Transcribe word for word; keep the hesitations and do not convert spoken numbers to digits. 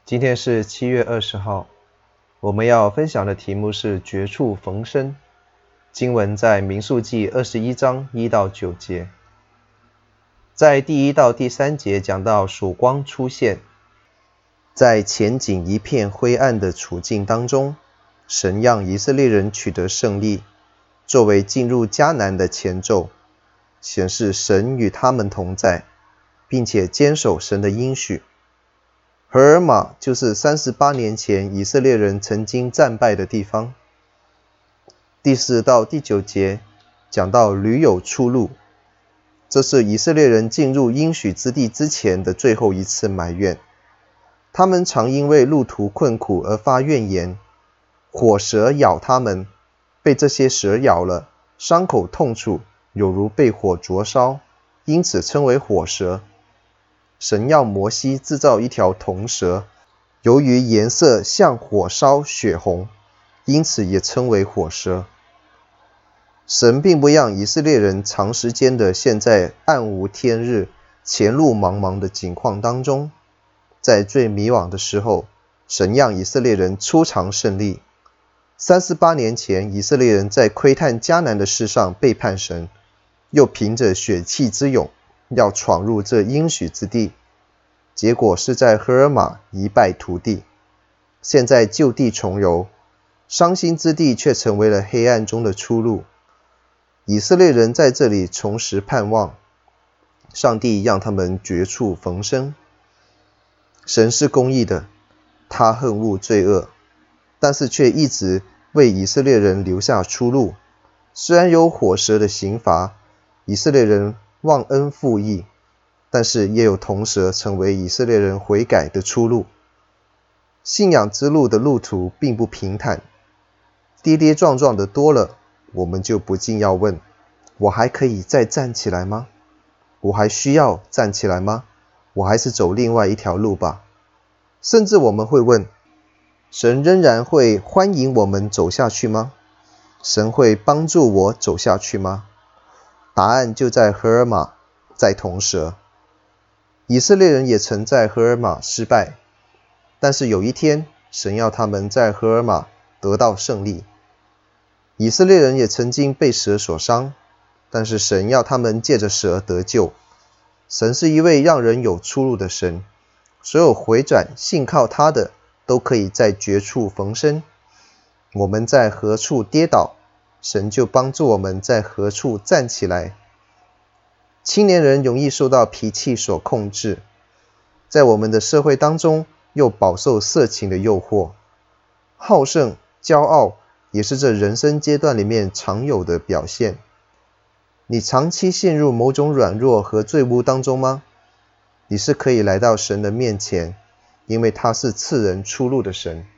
今天是七月二十号，我们要分享的题目是绝处逢生。经文在民数记二十一章一到九节。在第一到第三节讲到曙光出现，在前景一片灰暗的处境当中，神让以色列人取得胜利，作为进入迦南的前奏，显示神与他们同在，并且坚守神的应许。荷尔玛就是三十八年前以色列人曾经战败的地方。第四到第九节讲到驴有出路，这是以色列人进入应许之地之前的最后一次埋怨。他们常因为路途困苦而发怨言，火蛇咬他们，被这些蛇咬了，伤口痛楚，有如被火灼烧，因此称为火蛇。神要摩西制造一条铜蛇，由于颜色像火烧血红，因此也称为火蛇。神并不让以色列人长时间的陷在暗无天日、前路茫茫的境况当中，在最迷惘的时候，神让以色列人出场胜利。三十八年前，以色列人在窥探迦南的事上背叛神，又凭着血气之勇要闯入这应许之地，结果是在荷尔玛一败涂地。现在就地重游，伤心之地却成为了黑暗中的出路。以色列人在这里重拾盼望，上帝让他们绝处逢生。神是公义的，他恨恶罪恶，但是却一直为以色列人留下出路。虽然有火蛇的刑罚，以色列人忘恩负义，但是也有铜蛇成为以色列人悔改的出路。信仰之路的路途并不平坦，跌跌撞撞的多了，我们就不禁要问：我还可以再站起来吗？我还需要站起来吗？我还是走另外一条路吧。甚至我们会问：神仍然会欢迎我们走下去吗？神会帮助我走下去吗？答案就在荷尔玛，在铜蛇。以色列人也曾在荷尔玛失败，但是有一天，神要他们在荷尔玛得到胜利。以色列人也曾经被蛇所伤，但是神要他们借着蛇得救。神是一位让人有出路的神，所有回转信靠他的都可以在绝处逢生。我们在何处跌倒，神就帮助我们在何处站起来。青年人容易受到脾气所控制，在我们的社会当中又饱受色情的诱惑，好胜、骄傲也是这人生阶段里面常有的表现。你长期陷入某种软弱和罪污当中吗？你是可以来到神的面前，因为他是赐人出路的神。